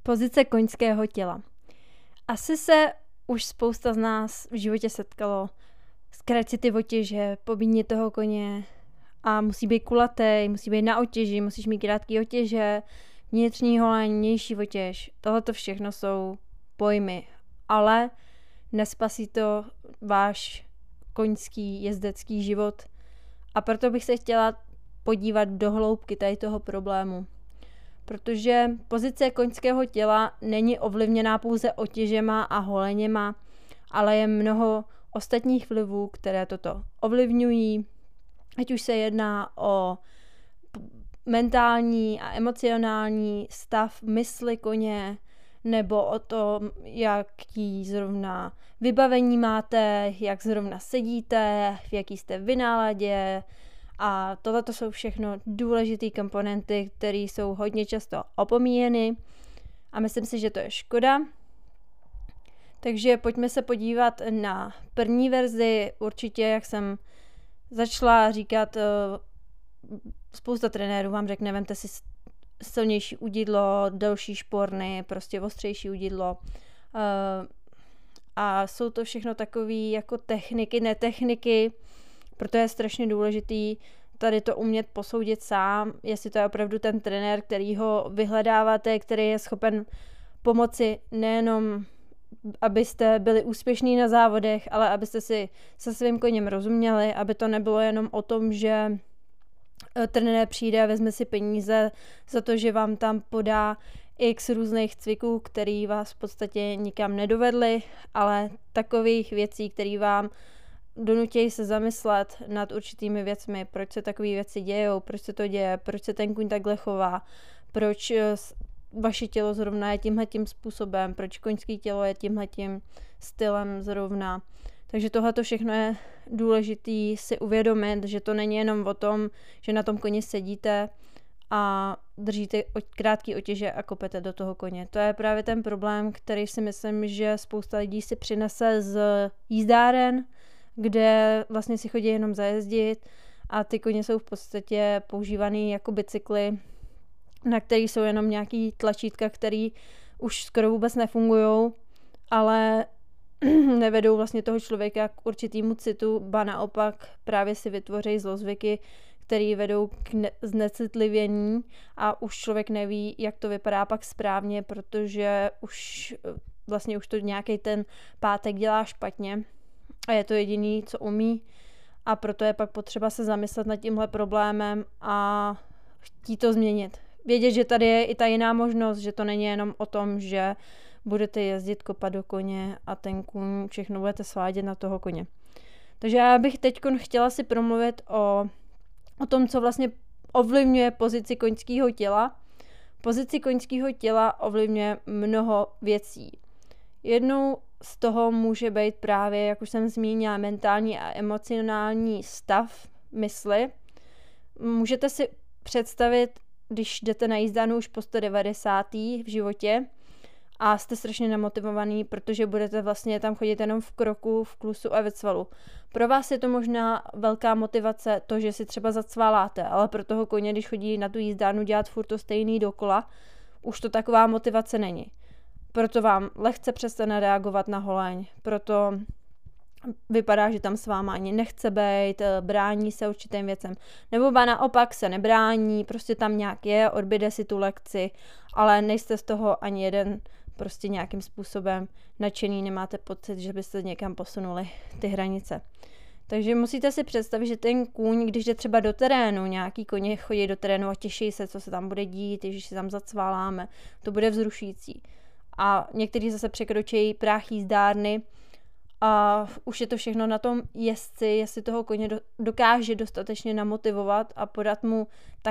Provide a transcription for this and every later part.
Pozice koňského těla. Asi se už spousta z nás v životě setkalo s ty otěže, pobídni toho koně a musí být kulatý, musí být na otěži, musíš mít krátký otěže, vnitřní holeň, vnější otěž. Tohle to všechno jsou pojmy, ale nespasí to váš koňský jezdecký život. A proto bych se chtěla podívat do hloubky tady toho problému. Protože pozice koňského těla není ovlivněná pouze otěžema a holeněma, ale je mnoho ostatních vlivů, které toto ovlivňují. Ať už se jedná o mentální a emocionální stav mysli koně, nebo o to, jaký zrovna vybavení máte, jak zrovna sedíte, v jaký jste vy náladě. A tohle jsou všechno důležité komponenty, které jsou hodně často opomíjeny a myslím si, že to je škoda. Takže pojďme se podívat na první verzi. Určitě, jak jsem začala říkat, spousta trenérů vám řekne, vemte si silnější udidlo, delší šporny, prostě ostřejší udidlo. A jsou to všechno takové jako techniky, netechniky, proto je strašně důležitý tady to umět posoudit sám, jestli to je opravdu ten trenér, který ho vyhledáváte, který je schopen pomoci nejenom, abyste byli úspěšní na závodech, ale abyste si se svým koněm rozuměli, aby to nebylo jenom o tom, že trenér přijde a vezme si peníze za to, že vám tam podá x různých cviků, který vás v podstatě nikam nedovedly, ale takových věcí, které vám donutí se zamyslet nad určitými věcmi, proč se takové věci dějou, proč se to děje, proč se ten kůň takhle chová, proč vaše tělo zrovna je tímhletím způsobem, proč koňské tělo je tímhletím stylem zrovna. Takže tohle všechno je důležitý si uvědomit, že to není jenom o tom, že na tom koni sedíte a držíte krátký otěže a kopete do toho koně. To je právě ten problém, který si myslím, že spousta lidí si přinese z jízdáren, kde vlastně si chodí jenom zajezdit a ty koně jsou v podstatě používaný jako bicykly, na kterých jsou jenom nějaký tlačítka, které už skoro vůbec nefungujou, ale nevedou vlastně toho člověka k určitýmu citu, ba naopak právě si vytvoří zlozvyky, které vedou k znecitlivění a už člověk neví, jak to vypadá pak správně, protože už to nějaký ten pátek dělá špatně a je to jediný, co umí a proto je pak potřeba se zamyslet nad tímhle problémem a chtít to změnit. Vědět, že tady je i ta jiná možnost, že to není jenom o tom, že budete jezdit, kopat do koně a ten kůň všechno budete svádět na toho koně. Takže já bych teď chtěla si promluvit o tom, co vlastně ovlivňuje pozici koňského těla. Pozici koňského těla ovlivňuje mnoho věcí. Jednou z toho může být právě, jak už jsem zmínila, mentální a emocionální stav mysli. Můžete si představit, když jdete na jízdárnu už po 190. v životě a jste strašně namotivovaný, protože budete vlastně tam chodit jenom v kroku, v klusu a ve cvalu. Pro vás je to možná velká motivace to, že si třeba zacvaláte, ale pro toho koně, když chodí na tu jízdárnu dělat furt to stejný dokola, už to taková motivace není. Proto vám lehce přestane reagovat na holeň, proto vypadá, že tam s váma ani nechce být, brání se určitým věcem. Nebo naopak se nebrání, prostě tam nějak je, odbyde si tu lekci, ale nejste z toho ani jeden prostě nějakým způsobem nadšený, nemáte pocit, že byste někam posunuli ty hranice. Takže musíte si představit, že ten kůň, když jde třeba do terénu, nějaký koně chodí do terénu a těší se, co se tam bude dít, když si tam zacváláme, to bude vzrušující. A někteří zase překročí práh jízdárny a už je to všechno na tom jezdci, jestli toho koně dokáže dostatečně namotivovat a podat mu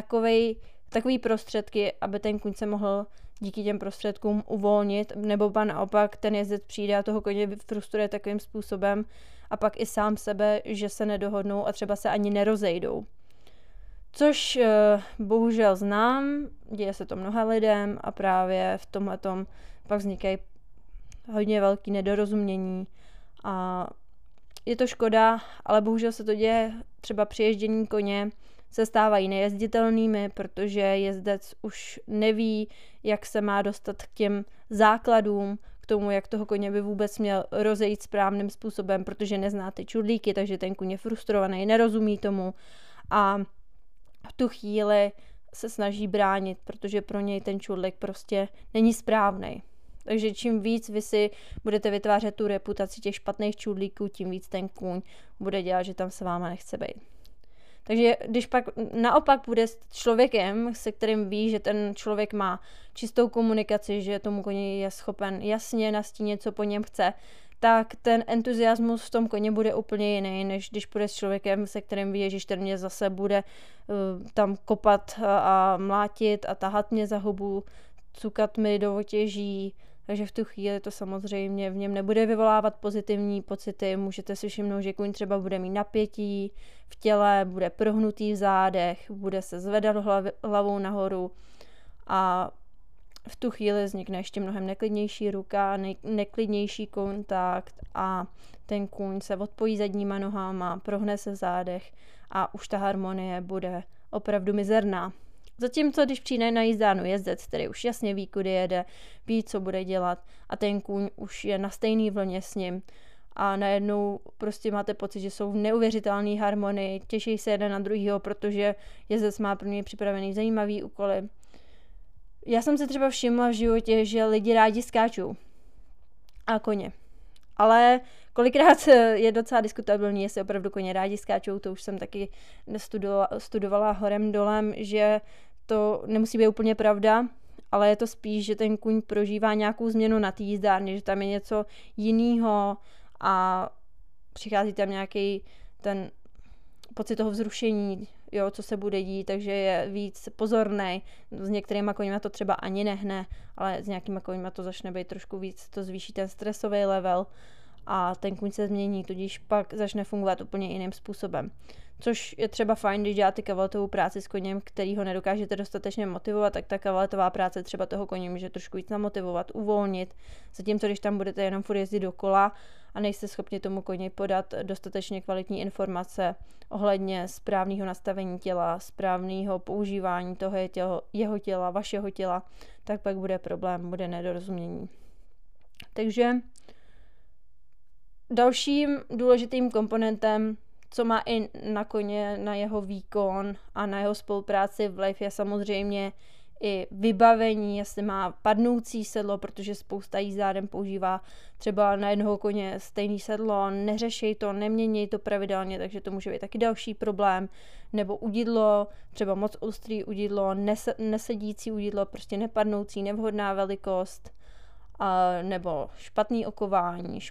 takový prostředky, aby ten kůň se mohl díky těm prostředkům uvolnit, nebo naopak ten jezdec přijde a toho koně frustruje takovým způsobem a pak i sám sebe, že se nedohodnou a třeba se ani nerozejdou. Což bohužel znám, děje se to mnoha lidem a právě v tomhletom pak vznikají hodně velký nedorozumění a je to škoda, ale bohužel se to děje třeba při ježdění koně, se stávají nejezditelnými, protože jezdec už neví, jak se má dostat k těm základům, k tomu, jak toho koně by vůbec měl rozejít správným způsobem, protože nezná ty čudlíky, takže ten kůň je frustrovaný, nerozumí tomu a v tu chvíli se snaží bránit, protože pro něj ten čudlik prostě není správnej. Takže čím víc vy si budete vytvářet tu reputaci těch špatných čudlíků, tím víc ten kůň bude dělat, že tam se váma nechce být. Takže když pak naopak bude s člověkem, se kterým ví, že ten člověk má čistou komunikaci, že tomu koni je schopen jasně nastínit, co po něm chce, tak ten entuziasmus v tom koni bude úplně jiný, než když půjde s člověkem, se kterým ví, že ten mě zase bude tam kopat a mlátit a tahat mě za hubu, cukat mi do otěží. Takže v tu chvíli to samozřejmě v něm nebude vyvolávat pozitivní pocity. Můžete si všimnout, že kůň třeba bude mít napětí v těle, bude prohnutý v zádech, bude se zvedat hlavou nahoru a v tu chvíli vznikne ještě mnohem neklidnější ruka, neklidnější kontakt a ten kůň se odpojí zadníma nohama, prohne se v zádech a už ta harmonie bude opravdu mizerná. Zatímco, když přijde na jízdárnu jezdec, který už jasně ví, kudy jede, ví, co bude dělat a ten kůň už je na stejný vlně s ním a najednou prostě máte pocit, že jsou v neuvěřitelné harmonii, těší se jeden na druhýho, protože jezdec má pro něj připravený zajímavý úkoly. Já jsem si třeba všimla v životě, že lidi rádi skáčou a koně. Ale kolikrát je docela diskutabilní, jestli opravdu koně rádi skáčou, to už jsem taky studovala horem dolem, že to nemusí být úplně pravda, ale je to spíš, že ten kůň prožívá nějakou změnu na té jízdárně, že tam je něco jiného a přichází tam nějaký ten pocit toho vzrušení, jo, co se bude dít, takže je víc pozornej. S některýma koňma to třeba ani nehne, ale s nějakýma koňma to začne být trošku víc, to zvýší ten stresový level a ten kůň se změní, tudíž pak začne fungovat úplně jiným způsobem. Což je třeba fajn, když děláte kavaletovou práci s koněm, který ho nedokážete dostatečně motivovat, tak ta kavaletová práce třeba toho koně může trošku víc namotivovat, uvolnit. Zatímco, když tam budete jenom furt jezdit dokola a nejste schopni tomu koni podat dostatečně kvalitní informace ohledně správného nastavení těla, správného používání toho jeho těla, vašeho těla, tak pak bude problém, bude nedorozumění. Takže dalším důležitým komponentem, co má i na koně, na jeho výkon a na jeho spolupráci vliv, je samozřejmě i vybavení, jestli má padnoucí sedlo, protože spousta jízdárem používá třeba na jednoho koně stejný sedlo, neřešej to, neměněj to pravidelně, takže to může být taky další problém, nebo udidlo, třeba moc ostrý udidlo, nesedící udidlo, prostě nepadnoucí, nevhodná velikost, nebo špatný okování,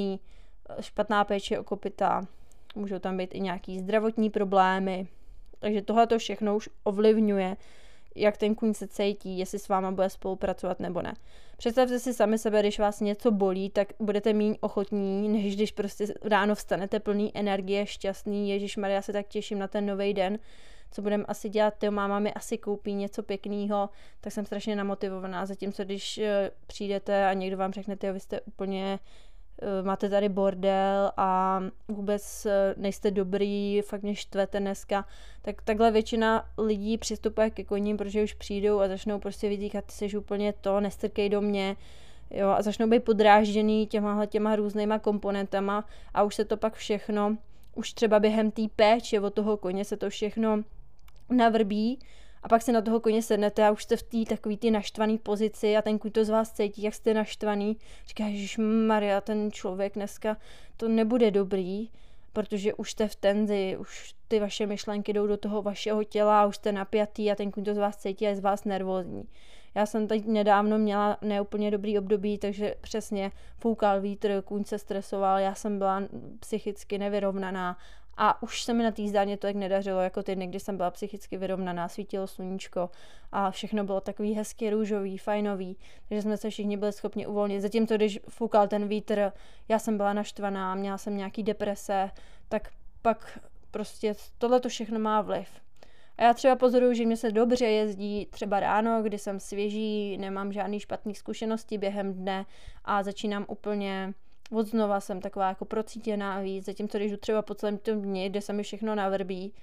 špatná péče o kopyta, můžou tam být i nějaký zdravotní problémy, takže tohle všechno už ovlivňuje, jak ten kůň se cítí, jestli s váma bude spolupracovat nebo ne. Představte si sami sebe, když vás něco bolí, tak budete méně ochotní, než když prostě ráno vstanete plný energie, šťastný, ježišmarja, já se tak těším na ten nový den, co budeme asi dělat, máma mi asi koupí něco pěkného, tak jsem strašně namotivovaná, zatímco když přijdete a někdo vám řekne, vy jste úplně máte tady bordel a vůbec nejste dobrý, fakt mě štvete dneska, tak takhle většina lidí přistupuje ke koním, protože už přijdou a začnou prostě vytýkat, ty jsi úplně to, nestrkej do mě, jo, a začnou být podrážděný těma různýma komponentama a už se to pak všechno, už třeba během té péče od toho koně se to všechno navrbí a pak se na toho koně sednete a už jste v té takový ty naštvaný pozici a ten kůň to z vás cítí, jak jste naštvaný. Říká, ježišmarja, ten člověk dneska to nebude dobrý, protože už jste v tenzi, už ty vaše myšlenky jdou do toho vašeho těla, už jste napjatý a ten kůň to z vás cítí a je z vás nervózní. Já jsem teď nedávno měla neúplně dobrý období, takže přesně foukal vítr, kůň se stresoval, já jsem byla psychicky nevyrovnaná a už se mi na té jízdárně to tak nedařilo, jako ty, kdy jsem byla psychicky vyrovnaná, svítilo sluníčko a všechno bylo takový hezky růžový, fajnový, takže jsme se všichni byli schopni uvolnit. Zatímco, když foukal ten vítr, já jsem byla naštvaná, měla jsem nějaký deprese, tak pak prostě tohle to všechno má vliv. A já třeba pozoruju, že mě se dobře jezdí třeba ráno, kdy jsem svěží, nemám žádný špatný zkušenosti během dne a začínám úplně od znova, jsem taková jako procítěná víc, zatímco když jdu třeba po celém tom dni, kde se mi všechno navrbí,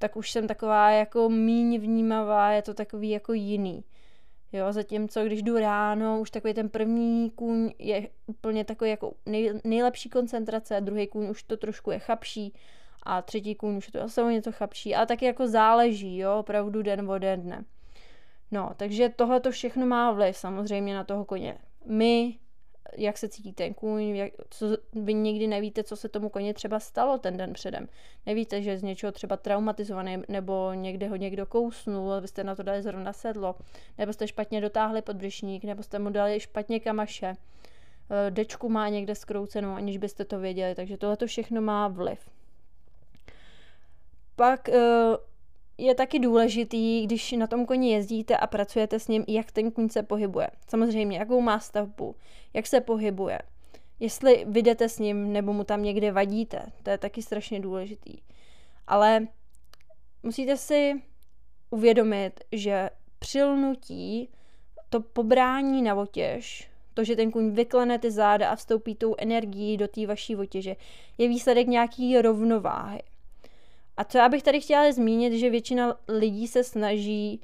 tak už jsem taková jako míň vnímavá, je to takový jako jiný. Jo, zatímco když jdu ráno, už takový ten první kůň je úplně takový jako nejlepší koncentrace, druhý kůň už to trošku je chabší a třetí kůň už to zase o něco chabší, ale taky jako záleží, jo, opravdu den ode dne. No, takže tohle to všechno má vliv samozřejmě na toho koně. My, jak se cítí ten kůň, vy nikdy nevíte, co se tomu koni třeba stalo ten den předem. Nevíte, že je z něčeho třeba traumatizovaný, nebo někde ho někdo kousnul, vy jste na to dali zrovna sedlo, nebo jste špatně dotáhli podbřišník, nebo jste mu dali špatně kamaše, dečku má někde zkroucenou, aniž byste to věděli, takže tohle to všechno má vliv. Pak je taky důležitý, když na tom koni jezdíte a pracujete s ním, jak ten kůň se pohybuje. Samozřejmě, jakou má stavbu, jak se pohybuje, jestli vy jdete s ním, nebo mu tam někde vadíte. To je taky strašně důležitý. Ale musíte si uvědomit, že přilnutí, to pobrání na otěž, to, že ten kůň vyklene ty záda a vstoupí tou energií do té vaší otěže, je výsledek nějaký rovnováhy. A co já bych tady chtěla zmínit, že většina lidí se snaží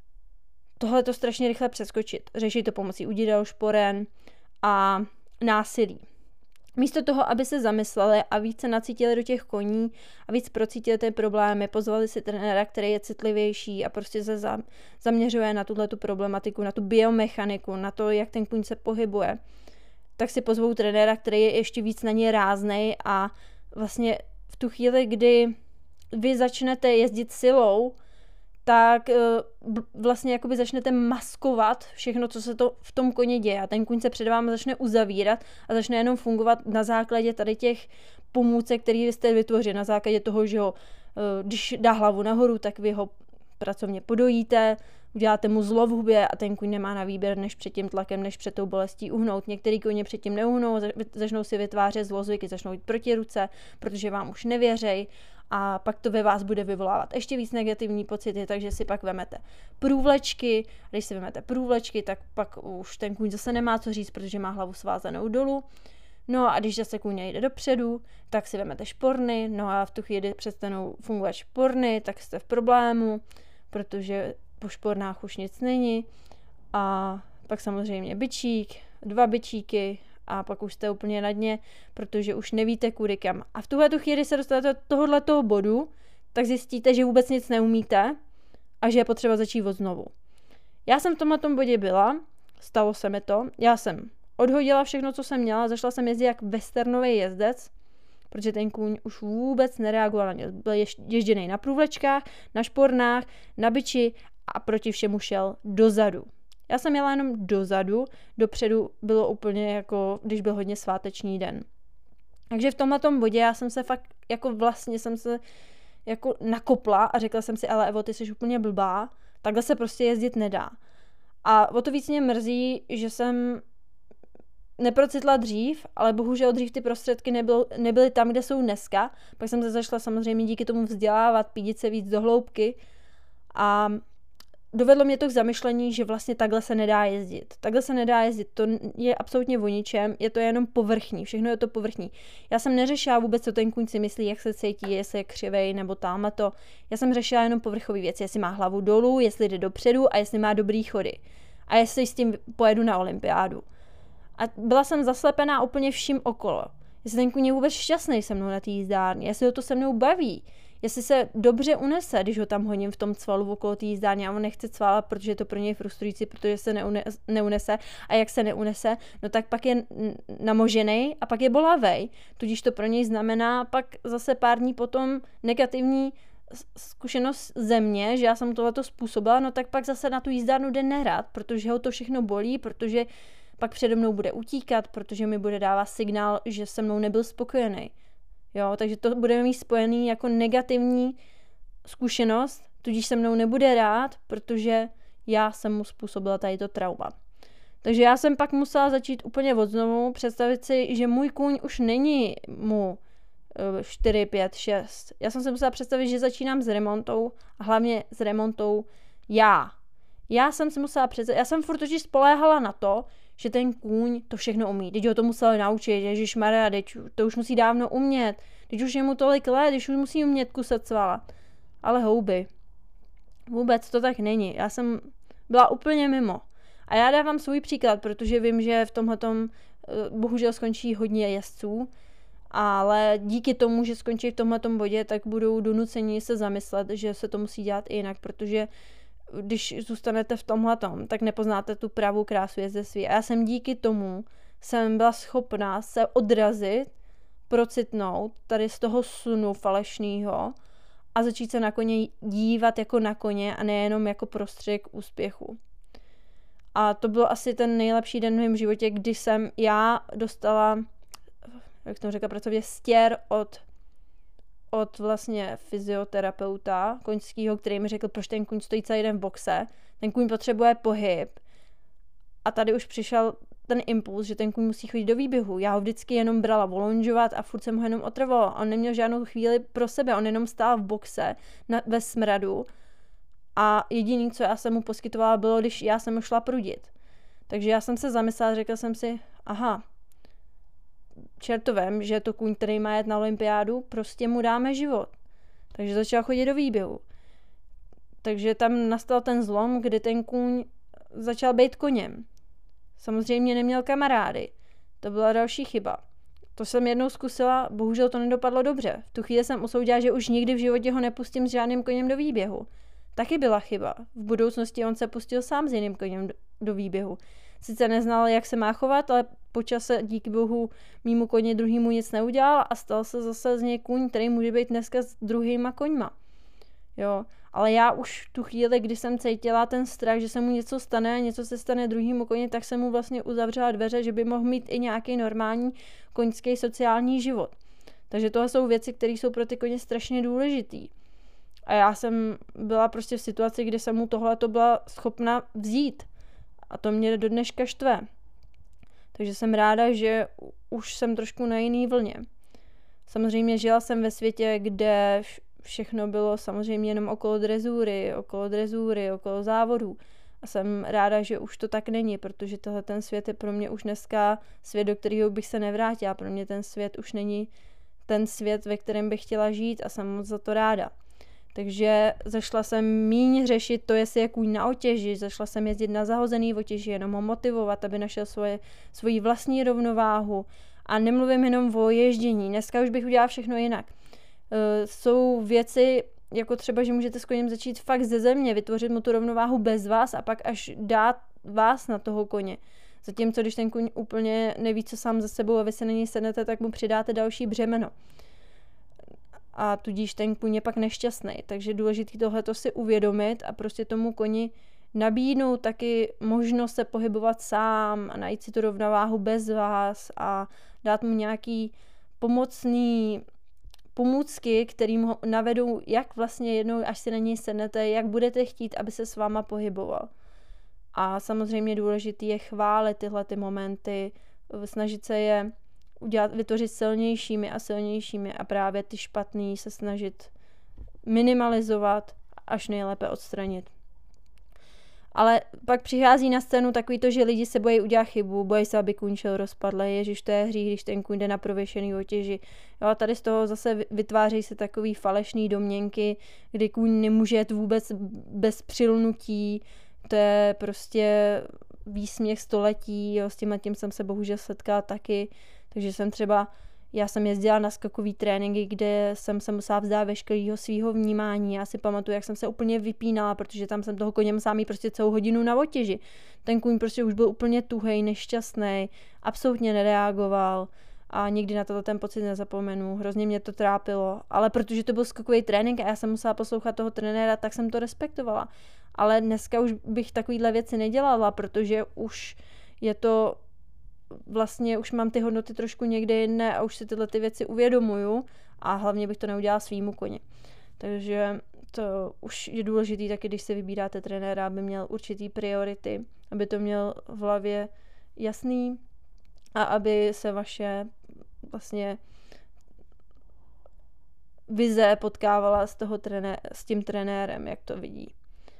tohleto strašně rychle přeskočit. Řeší to pomocí udidel, šporen a násilí. Místo toho, aby se zamysleli a víc se nacítili do těch koní a víc procítili ty problémy, pozvali si trenéra, který je citlivější a prostě se zaměřuje na tuhletu problematiku, na tu biomechaniku, na to, jak ten kůň se pohybuje, tak si pozvou trenéra, který je ještě víc na ně ráznej a vlastně v tu chvíli, kdy vy začnete jezdit silou, tak vlastně jakoby začnete maskovat všechno, co se to v tom koni děje. A ten kůň se před vámi začne uzavírat a začne jenom fungovat na základě tady těch pomůcek, které jste vytvořili. Na základě toho, že ho, když dá hlavu nahoru, tak vy ho pracovně podojíte, uděláte mu zlo v hubě a ten kůň nemá na výběr než před tím tlakem, než před tou bolestí uhnout. Některý koně předtím neuhnou, začnou si vytvářet zlozvyky, začnou jít proti ruce, protože vám už nevěřej. A pak to ve vás bude vyvolávat ještě víc negativní pocity, takže si pak vemete průvlečky. Když si vemete průvlečky, tak pak už ten kůň zase nemá co říct, protože má hlavu svázanou dolů. No a když zase kůň jde dopředu, tak si vemete šporny, no a v tu chvíli přestanou fungovat šporny, tak jste v problému, protože po špornách už nic není. A pak samozřejmě bičík, 2 bičíky, a pak už jste úplně na dně, protože už nevíte kudy kam. A v tuhle chvíli se dostanete do tohoto bodu, tak zjistíte, že vůbec nic neumíte a že je potřeba začít od znovu. Já jsem v tomhletom bodě byla, stalo se mi to, já jsem odhodila všechno, co jsem měla, zašla jsem jezdit jak westernový jezdec, protože ten kůň už vůbec nereagoval na ně. Byl ježděný na průvlečkách, na špornách, na biči a proti všemu šel dozadu. Já jsem jela jenom dozadu, dopředu bylo úplně jako, když byl hodně sváteční den. Takže v tomhletom bodě já jsem se fakt, jako vlastně jsem se jako nakopla a řekla jsem si, ale Evo, ty jsi úplně blbá, takhle se prostě jezdit nedá. A o to víc mě mrzí, že jsem neprocitla dřív, ale bohužel dřív ty prostředky nebyly tam, kde jsou dneska. Pak jsem se začala samozřejmě díky tomu vzdělávat, pídit se víc do hloubky a dovedlo mě to k zamyšlení, že vlastně takhle se nedá jezdit. Takhle se nedá jezdit, to je absolutně o ničem, je to jenom povrchní, všechno je to povrchní. Já jsem neřešila vůbec, co ten kůň si myslí, jak se cítí, jestli je křivej nebo támto. Já jsem řešila jenom povrchové věci, jestli má hlavu dolů, jestli jde dopředu a jestli má dobrý chody. A jestli s tím pojedu na olympiádu. A byla jsem zaslepená úplně vším okolo. Jestli ten kůň je vůbec šťastný se mnou na té jízdárně, jestli ho to se mnou baví, jestli se dobře unese, když ho tam honím v tom cvalu okolo té jízdárny a on nechce cvalat, protože je to pro něj frustrující, protože se neunese a jak se neunese, no tak pak je namožený a pak je bolavej, tudíž to pro něj znamená pak zase pár dní potom negativní zkušenost ze mě, že já jsem tohleto způsobila, no tak pak zase na tu jízdárnu jde nehrát, protože ho to všechno bolí, protože pak přede mnou bude utíkat, protože mi bude dávat signál, že se mnou nebyl spokojený. Jo, takže to budeme mít spojený jako negativní zkušenost, tudíž se mnou nebude rád, protože já jsem mu způsobila tady to trauma. Takže já jsem pak musela začít úplně od znovu, představit si, že můj kůň už není mu 4, 5, 6. Já jsem si musela představit, že začínám s remontou a hlavně s remontou já. Já jsem si musela představit, já jsem furt totiž spoléhala na to, že ten kůň to všechno umí. Teď ho to museli naučit, ježišmarja, teď to už musí dávno umět. Teď už je mu tolik let, když už musí umět kusat cvala. ale houby. Vůbec to tak není. Já jsem byla úplně mimo. A já dávám svůj příklad, protože vím, že v tomhletom bohužel skončí hodně jezdců, ale díky tomu, že skončí v tomhletom bodě, tak budou donuceni se zamyslet, že se to musí dělat i jinak, protože když zůstanete v tomhletom, tak nepoznáte tu pravou krásu jezdectví. A já jsem díky tomu byla schopná se odrazit, procitnout tady z toho snu falešného a začít se na koně dívat jako na koně a nejenom jako prostředek k úspěchu. A to byl asi ten nejlepší den v mém životě, kdy jsem já dostala, jak jsem řekla pracovně, stěr od vlastně fyzioterapeuta koňského, který mi řekl, proč ten kůň stojí celý den v boxe. Ten kůň potřebuje pohyb. A tady už přišel ten impuls, že ten kůň musí chodit do výběhu. Já ho vždycky jenom brala volonžovat a furt jsem ho jenom otrvovala. On neměl žádnou chvíli pro sebe, on jenom stál v boxe ve smradu a jediný, co já jsem mu poskytovala, bylo, když já jsem ho šla prudit. Takže já jsem se zamyslela, řekla jsem si, aha, čertovem, že to kůň, který má jet na olympiádu, prostě mu dáme život. Takže začal chodit do výběhu. Takže tam nastal ten zlom, kdy ten kůň začal být koněm. Samozřejmě neměl kamarády. To byla další chyba. To jsem jednou zkusila, bohužel to nedopadlo dobře. V tu chvíli jsem usoudila, že už nikdy v životě ho nepustím s žádným koněm do výběhu. Taky byla chyba. V budoucnosti on se pustil sám s jiným koněm do výběhu. Sice neznal, jak se má chovat, ale po čase díky bohu mýmu koni druhýmu nic neudělal a stal se zase z něj kůň, který může být dneska s druhýma koňma. Jo, ale já už tu chvíli, kdy jsem cítila ten strach, že se mu něco stane, něco se stane druhýmu koni, tak jsem mu vlastně uzavřela dveře, že by mohl mít i nějaký normální koňský sociální život. Takže tohle jsou věci, které jsou pro ty koně strašně důležitý. A já jsem byla prostě v situaci, kdy jsem mu tohleto byla schopna vzít. A to mě do dneška štve. Takže jsem ráda, že už jsem trošku na jiný vlně. Samozřejmě žila jsem ve světě, kde všechno bylo samozřejmě jenom okolo drezury, okolo závodů. A jsem ráda, že už to tak není, protože tohle ten svět je pro mě už dneska svět, do kterého bych se nevrátila. Pro mě ten svět už není ten svět, ve kterém bych chtěla žít a jsem moc za to ráda. Takže zašla jsem míň řešit to, jestli je kůň na otěži, zašla jsem jezdit na zahozený otěži, jenom ho motivovat, aby našel svoji vlastní rovnováhu. A nemluvím jenom o ježdění, dneska už bych udělala všechno jinak. Jsou věci, jako třeba, že můžete s koněm začít fakt ze země, vytvořit mu tu rovnováhu bez vás a pak až dát vás na toho koně. Zatímco, když ten kůň úplně neví, co sám za sebou a vy se na něj sednete, tak mu přidáte další břemeno. A tudíž ten kůň je pak nešťastný. Takže důležité tohleto si uvědomit a prostě tomu koni nabídnout taky možnost se pohybovat sám a najít si tu rovnováhu bez vás a dát mu nějaký pomůcky, který mu navedou, jak vlastně jednou, až si na něj sednete, jak budete chtít, aby se s váma pohyboval. A samozřejmě důležitý je chválit tyhle ty momenty, snažit se je vytvořit silnějšími a silnějšími a právě ty špatný se snažit minimalizovat, až nejlépe odstranit. Ale pak přichází na scénu takový to, že lidi se bojí udělat chybu, bojí se, aby kůň šel rozpadlej, ježiš, to je hřích, když ten kůň jde na prověšený otěži. Jo, a tady z toho zase vytvářejí se takový falešný domněnky, kdy kůň nemůže jet vůbec bez přilnutí, to je prostě výsměch století, jo, s tím jsem se bohužel setkala taky, takže já jsem jezdila na skakový tréninky, kde jsem se musela vzdát veškerého svého vnímání. Já si pamatuju, jak jsem se úplně vypínala, protože tam jsem toho koně musela mít prostě celou hodinu na otěži. Ten kůň prostě už byl úplně tuhej, nešťastný, absolutně nereagoval a nikdy na to ten pocit nezapomenu. Hrozně mě to trápilo, ale protože to byl skakový trénink a já jsem musela poslouchat toho trenéra, tak jsem to respektovala. Ale dneska už bych takovýhle věci nedělala, protože už je to vlastně už mám ty hodnoty trošku někde jinde a už si tyhle ty věci uvědomuju a hlavně bych to neudělala svýmu koni. Takže to už je důležitý taky, když si vybíráte trenéra, aby měl určitý priority, aby to měl v hlavě jasný a aby se vaše vlastně vize potkávala s tím trenérem, jak to vidí.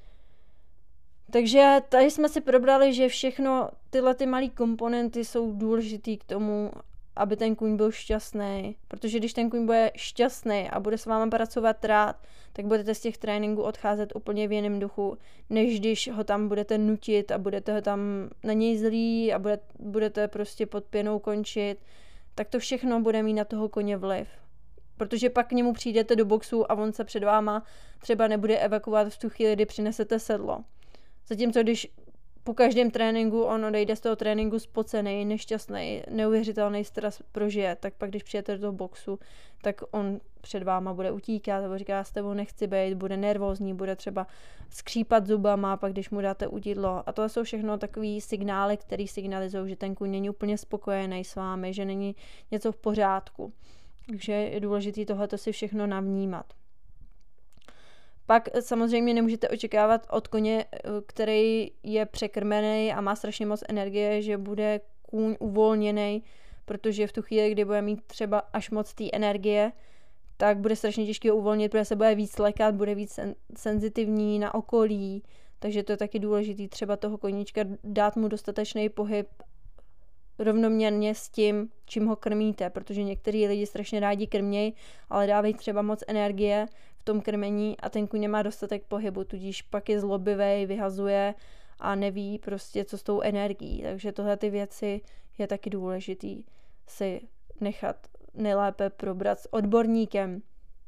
Takže tady jsme si probrali, že všechno tyhle ty malé komponenty jsou důležitý k tomu, aby ten kůň byl šťastný, protože když ten kůň bude šťastný a bude s váma pracovat rád, tak budete z těch tréninků odcházet úplně v jiném duchu, než když ho tam budete nutit a budete ho tam na něj zlí a budete prostě pod pěnou končit, tak to všechno bude mít na toho koně vliv. Protože pak k němu přijdete do boxu a on se před váma třeba nebude evakuovat v tu chvíli, kdy přinesete sedlo. Zatímco když po každém tréninku on odejde z toho tréninku spocený, nešťastný, neuvěřitelný stres prožije, tak pak když přijete do toho boxu, tak on před váma bude utíkat, nebo říká, s tebou nechci být, bude nervózní, bude třeba skřípat zubama, pak když mu dáte udidlo. A to jsou všechno takový signály, které signalizují, že ten kůň není úplně spokojený s vámi, že není něco v pořádku. Takže je důležité tohleto si všechno navnímat. Pak samozřejmě nemůžete očekávat od koně, který je překrmený a má strašně moc energie, že bude kůň uvolněný, protože v tu chvíli, kdy bude mít třeba až moc té energie, tak bude strašně těžké uvolnit, protože se bude víc lekat, bude víc senzitivní na okolí, takže to je taky důležité třeba toho koníčka dát mu dostatečný pohyb rovnoměrně s tím, čím ho krmíte, protože některý lidi strašně rádi krmějí, ale dávají třeba moc energie v tom krmení a ten kůň nemá dostatek pohybu, tudíž pak je zlobivý, vyhazuje a neví prostě, co s tou energií. Takže tohle ty věci je taky důležitý si nechat nejlépe probrat s odborníkem.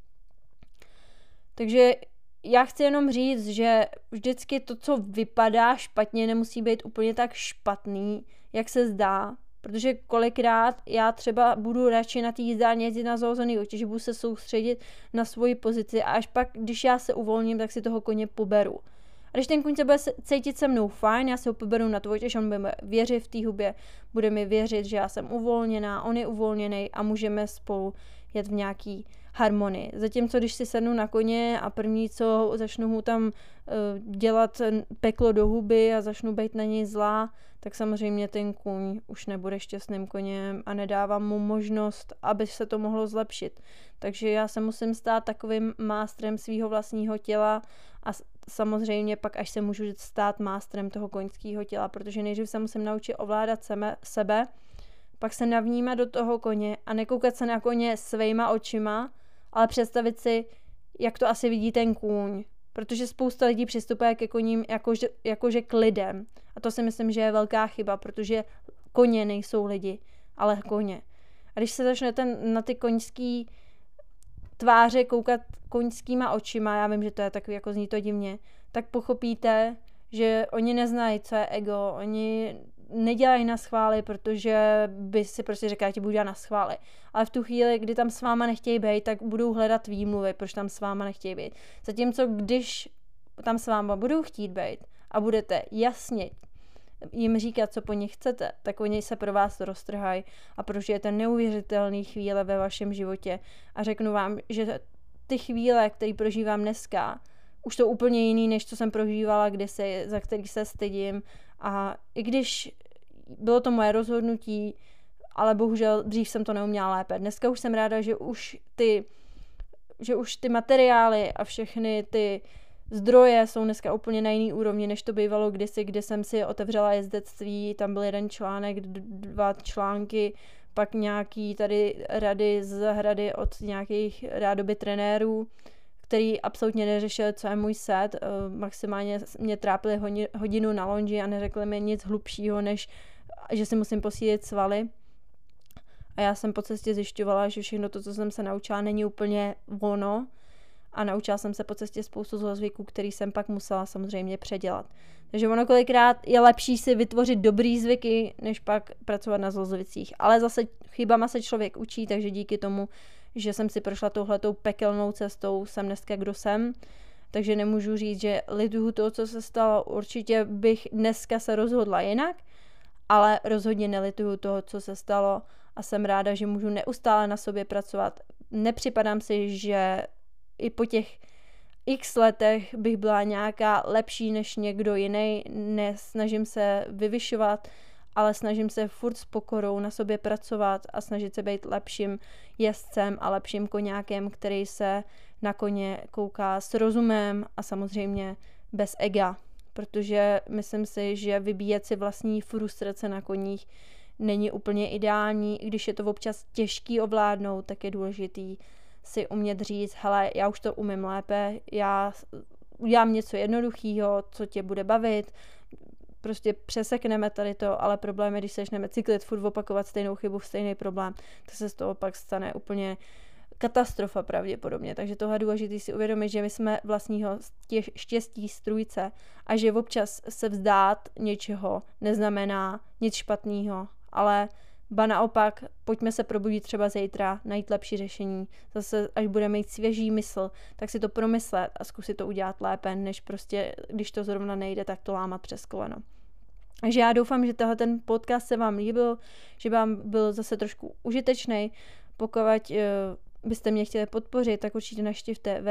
Takže já chci jenom říct, že vždycky to, co vypadá špatně, nemusí být úplně tak špatný, jak se zdá, protože kolikrát já třeba budu radši na té jízdárně jezdit na zahozený oči, že budu se soustředit na svoji pozici a až pak, když já se uvolním, tak si toho koně poberu. A když ten kůň se bude cítit se mnou fajn, já se ho poberu na to oči, on bude věřit v té hubě, bude mi věřit, že já jsem uvolněná, on je uvolněný a můžeme spolu jet v nějaký harmonii. Zatímco když si sednu na koně a první, co začnu mu tam dělat peklo do huby a začnu být na něj zlá, tak samozřejmě ten kůň už nebude šťastným koněm a nedávám mu možnost, aby se to mohlo zlepšit. Takže já se musím stát takovým mástrem svého vlastního těla a samozřejmě pak až se můžu stát mástrem toho koňského těla, protože nejdřív se musím naučit ovládat sebe, pak se navnímat do toho koně a nekoukat se na koně svýma očima, ale představit si, jak to asi vidí ten kůň. Protože spousta lidí přistupuje ke koním jakože k lidem. A to si myslím, že je velká chyba, protože koně nejsou lidi, ale koně. A když se začnete na ty koňský tváře koukat koňskýma očima, já vím, že to je takový, jako zní to divně, tak pochopíte, že oni neznají, co je ego, oni nedělají na schvály, protože by si prostě řekla, že ti budu dělat na schvály. Ale v tu chvíli, kdy tam s váma nechtějí být, tak budou hledat výmluvy, proč tam s váma nechtějí být. Zatímco když tam s váma budou chtít být a budete jasně jim říkat, co po nich chcete, tak oni se pro vás roztrhají a prožijete neuvěřitelné chvíle ve vašem životě. A řeknu vám, že ty chvíle, které prožívám dneska, už to úplně jiný, než co jsem prožívala kdysi, za který se stydím. A i když bylo to moje rozhodnutí, ale bohužel dřív jsem to neuměla lépe. Dneska už jsem ráda, že už ty materiály a všechny ty zdroje jsou dneska úplně na jiný úrovni, než to bývalo kdysi, kde jsem si otevřela jezdectví, tam byl jeden článek, 2 články, pak nějaký tady rady z zahrady od nějakých rádoby trenérů, který absolutně neřešil, co je můj set. Maximálně mě trápili hodinu na lonži a neřekli mi nic hlubšího, než že si musím posílit svaly. A já jsem po cestě zjišťovala, že všechno to, co jsem se naučila, není úplně ono. A naučila jsem se po cestě spoustu zlozvyků, který jsem pak musela samozřejmě předělat. Takže ono kolikrát je lepší si vytvořit dobrý zvyky, než pak pracovat na zlozvicích. Ale zase chybama se člověk učí, takže díky tomu, že jsem si prošla touhletou pekelnou cestou, jsem dneska kdo jsem. Takže nemůžu říct, že lituju toho, co se stalo. Určitě bych dneska se rozhodla jinak, ale rozhodně nelituju toho, co se stalo a jsem ráda, že můžu neustále na sobě pracovat. Nepřipadám si, že i po těch x letech bych byla nějaká lepší než někdo jiný. Nesnažím se vyvyšovat, ale snažím se furt s pokorou na sobě pracovat a snažit se být lepším jezdcem a lepším koňákem, který se na koně kouká s rozumem a samozřejmě bez ega. Protože myslím si, že vybíjet si vlastní frustrace na koních není úplně ideální, i když je to občas těžký ovládnout, tak je důležitý si umět říct, hele, já už to umím lépe, já udělám něco jednoduchého, co tě bude bavit, prostě přesekneme tady to, ale problém je, když se začneme cyklit, furt opakovat stejnou chybu, stejný problém, tak se z toho pak stane úplně katastrofa pravděpodobně. Takže tohle je důležité si uvědomit, že my jsme vlastního štěstí strůjce a že občas se vzdát něčeho neznamená nic špatného, ale ba naopak, pojďme se probudit třeba zítra, najít lepší řešení. Zase, až budeme mít svěží mysl, tak si to promyslet a zkusit to udělat lépe, než prostě, když to zrovna nejde, tak to lámat přes koleno. Takže já doufám, že tenhle ten podcast se vám líbil, že vám byl zase trošku užitečný. Pokud byste mě chtěli podpořit, tak určitě navštivte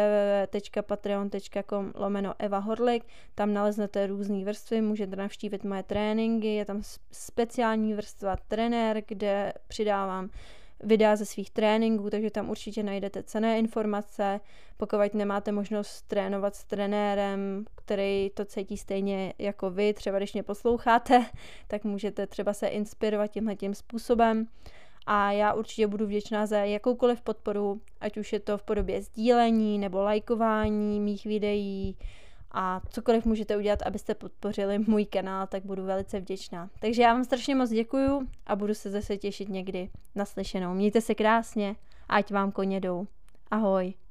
www.patreon.com/Eva-Horlik, tam naleznete různé vrstvy, můžete navštívit moje tréninky, je tam speciální vrstva trenér, kde přidávám videa ze svých tréninků, takže tam určitě najdete cenné informace. Pokud nemáte možnost trénovat s trenérem, který to cítí stejně jako vy, třeba když mě posloucháte, tak můžete třeba se inspirovat tímhletím způsobem. A já určitě budu vděčná za jakoukoliv podporu, ať už je to v podobě sdílení nebo lajkování mých videí a cokoliv můžete udělat, abyste podpořili můj kanál, tak budu velice vděčná. Takže já vám strašně moc děkuju a budu se zase těšit někdy naslyšenou. Mějte se krásně, ať vám koně jdou. Ahoj.